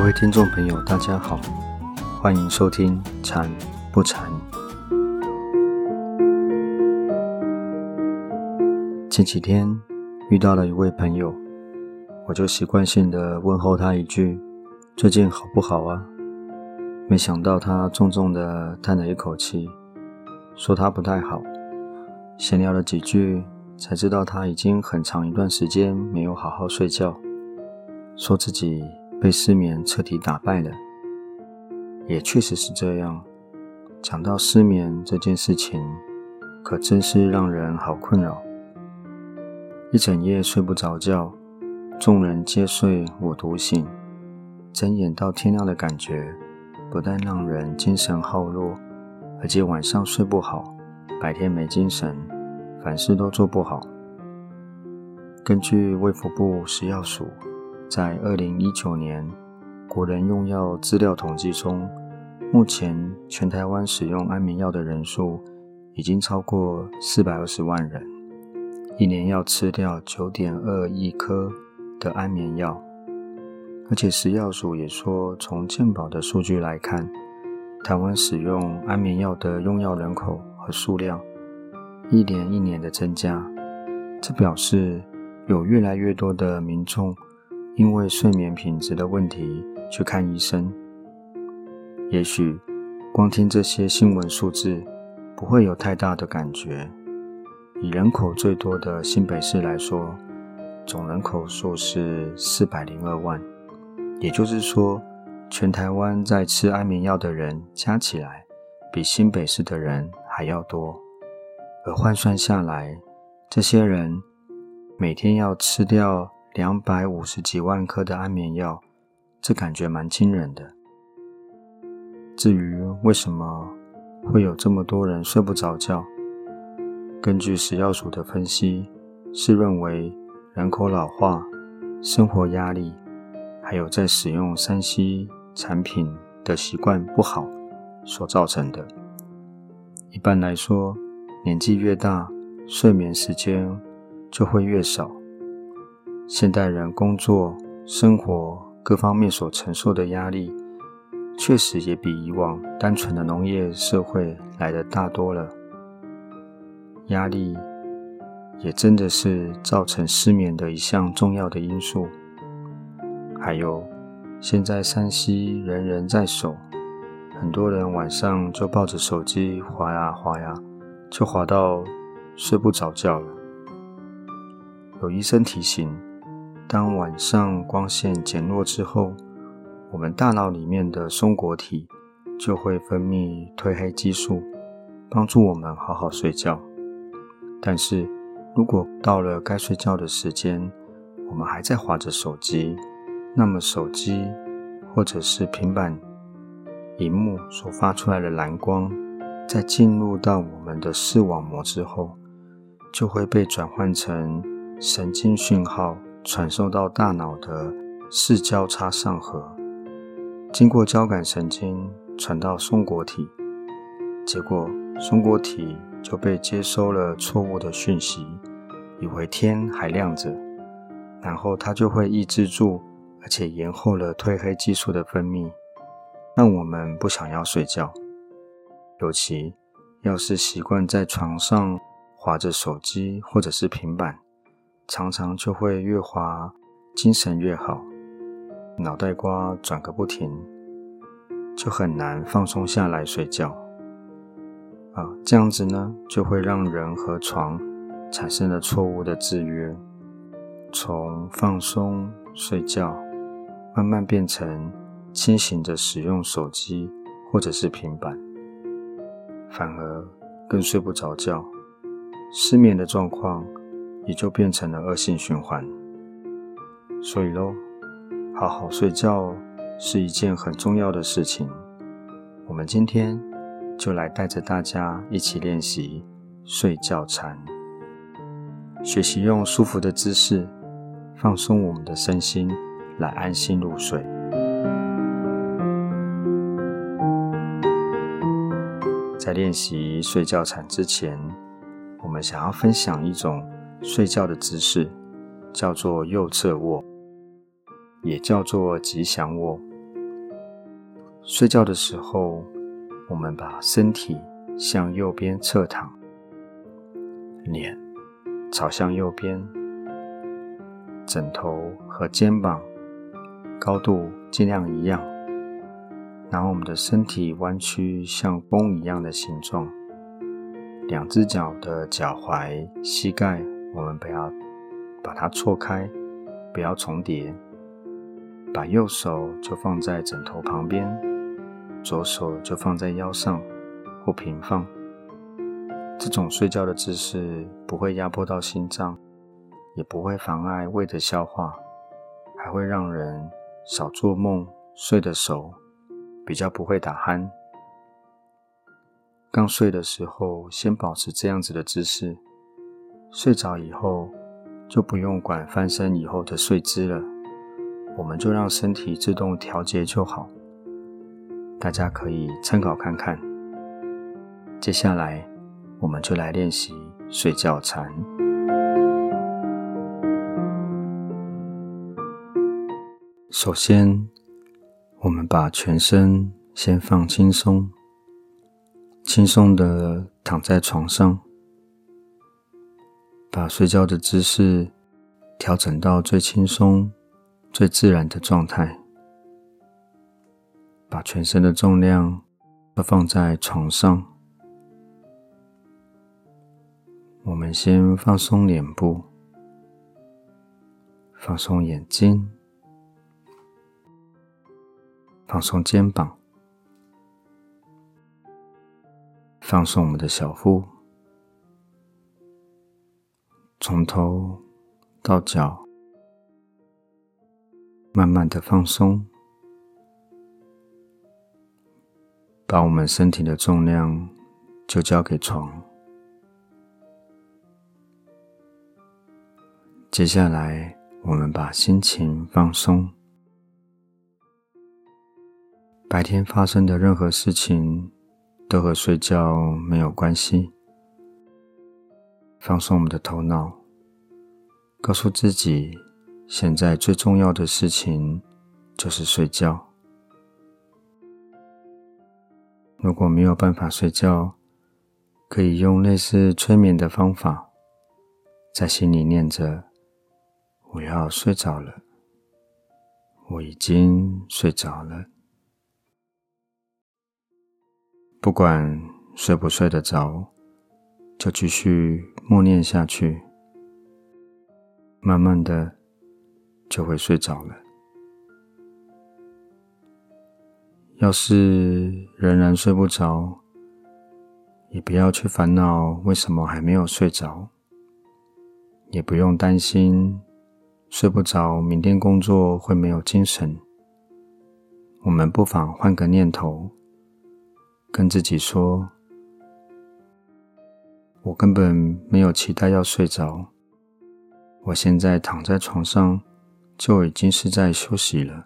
位听众朋友大家好，欢迎收听禅不禅。前几天遇到了一位朋友，我就习惯性的问候他一句，最近好不好啊？没想到他重重的叹了一口气，说他不太好。闲聊了几句，才知道他已经很长一段时间没有好好睡觉，说自己被失眠彻底打败了。也确实是这样，讲到失眠这件事情，可真是让人好困扰。一整夜睡不着觉，众人皆睡我独醒，睁眼到天亮的感觉，不但让人精神耗弱，而且晚上睡不好，白天没精神，凡事都做不好。根据卫福部食药署在2019年国人用药资料统计中，目前全台湾使用安眠药的人数已经超过420万人，一年要吃掉 9.2 亿颗的安眠药。而且食药署也说，从健保的数据来看，台湾使用安眠药的用药人口和数量一年一年的增加，这表示有越来越多的民众因为睡眠品质的问题去看医生。也许光听这些新闻数字不会有太大的感觉，以人口最多的新北市来说，总人口数是402万，也就是说全台湾在吃安眠药的人加起来比新北市的人还要多。而换算下来，这些人每天要吃掉250几万颗的安眠药，这感觉蛮惊人的。至于为什么会有这么多人睡不着觉，根据食药署的分析，是认为人口老化、生活压力，还有在使用 3C 产品的习惯不好所造成的。一般来说，年纪越大，睡眠时间就会越少。现代人工作、生活各方面所承受的压力，确实也比以往单纯的农业社会来得大多了。压力也真的是造成失眠的一项重要的因素。还有，现在 3C 人人在手，很多人晚上就抱着手机滑呀滑呀，就滑到睡不着觉了。有医生提醒，当晚上光线减弱之后，我们大脑里面的松果体就会分泌褪黑激素，帮助我们好好睡觉。但是如果到了该睡觉的时间，我们还在滑着手机，那么手机或者是平板萤幕所发出来的蓝光，在进入到我们的视网膜之后，就会被转换成神经讯号，传送到大脑的视交叉上核，经过交感神经传到松果体，结果松果体就被接收了错误的讯息，以为天还亮着，然后它就会抑制住，而且延后了褪黑激素的分泌，让我们不想要睡觉。尤其要是习惯在床上滑着手机或者是平板，常常就会越滑精神越好，脑袋瓜转个不停，就很难放松下来睡觉。这样子呢，就会让人和床产生了错误的制约，从放松睡觉慢慢变成清醒着使用手机或者是平板，反而更睡不着觉，失眠的状况也就变成了恶性循环。所以咯，好好睡觉是一件很重要的事情。我们今天就来带着大家一起练习睡觉禅，学习用舒服的姿势放松我们的身心，来安心入睡。在练习睡觉禅之前，我们想要分享一种睡觉的姿势，叫做右侧卧，也叫做吉祥卧。 睡觉的时候，我们把身体向右边侧躺，脸朝向右边，枕头和肩膀高度尽量一样，然后我们的身体弯曲像弓一样的形状，两只脚的脚踝、膝盖，我们不要把它错开，不要重叠。把右手就放在枕头旁边，左手就放在腰上或平放。这种睡觉的姿势不会压迫到心脏，也不会妨碍胃的消化，还会让人少做梦，睡得熟，比较不会打鼾。刚睡的时候先保持这样子的姿势，睡着以后就不用管翻身以后的睡姿了，我们就让身体自动调节就好。大家可以参考看看。接下来我们就来练习睡觉禅。首先，我们把全身先放轻松，轻松地躺在床上，把睡觉的姿势调整到最轻松、最自然的状态，把全身的重量都放在床上。我们先放松脸部，放松眼睛，放松肩膀，放松我们的小腹，从头到脚慢慢的放松，把我们身体的重量就交给床。接下来我们把心情放松，白天发生的任何事情都和睡觉没有关系。放松我们的头脑，告诉自己现在最重要的事情就是睡觉。如果没有办法睡觉，可以用类似催眠的方法，在心里念着我要睡着了，我已经睡着了。不管睡不睡得着，就继续默念下去，慢慢的就会睡着了。要是仍然睡不着，也不要去烦恼为什么还没有睡着，也不用担心睡不着明天工作会没有精神。我们不妨换个念头，跟自己说，我根本没有期待要睡着，我现在躺在床上就已经是在休息了。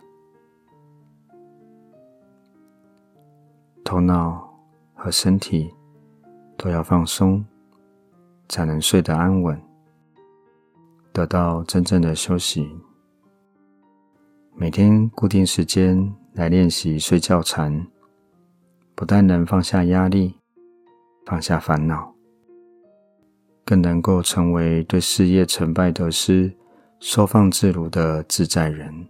头脑和身体都要放松，才能睡得安稳，得到真正的休息。每天固定时间来练习睡觉禅，不但能放下压力，放下烦恼，更能够成为对事业成败得失收放自如的自在人。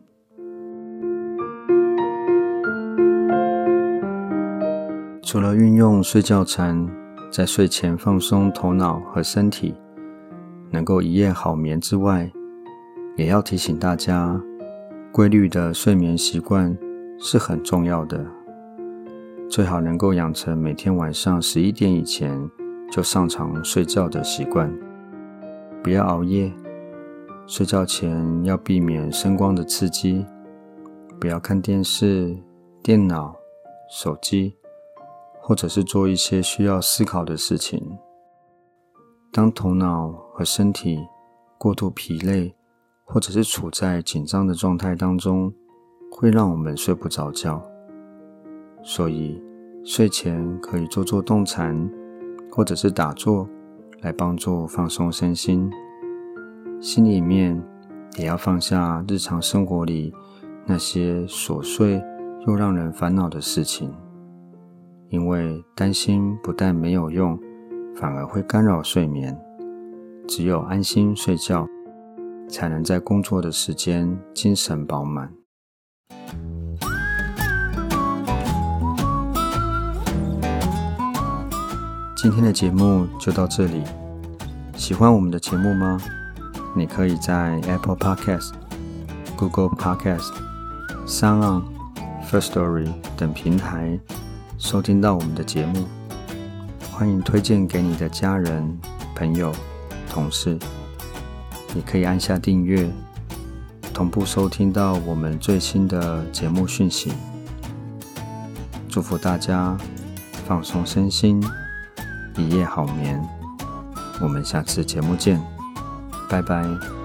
除了运用睡觉禅在睡前放松头脑和身体，能够一夜好眠之外，也要提醒大家，规律的睡眠习惯是很重要的，最好能够养成每天晚上11点以前就上床睡觉的习惯，不要熬夜。睡觉前要避免声光的刺激，不要看电视、电脑、手机，或者是做一些需要思考的事情。当头脑和身体过度疲累，或者是处在紧张的状态当中，会让我们睡不着觉。所以睡前可以做做动禅，或者是打坐，来帮助放松身心。心里面也要放下日常生活里那些琐碎又让人烦恼的事情，因为担心不但没有用，反而会干扰睡眠。只有安心睡觉，才能在工作的时间精神饱满。今天的节目就到这里，喜欢我们的节目吗？你可以在 Apple Podcast、Google Podcast、SoundOn、Firstory 等平台收听到我们的节目。欢迎推荐给你的家人、朋友、同事。也可以按下订阅，同步收听到我们最新的节目讯息。祝福大家放松身心，一夜好眠。我们下次节目见，拜拜。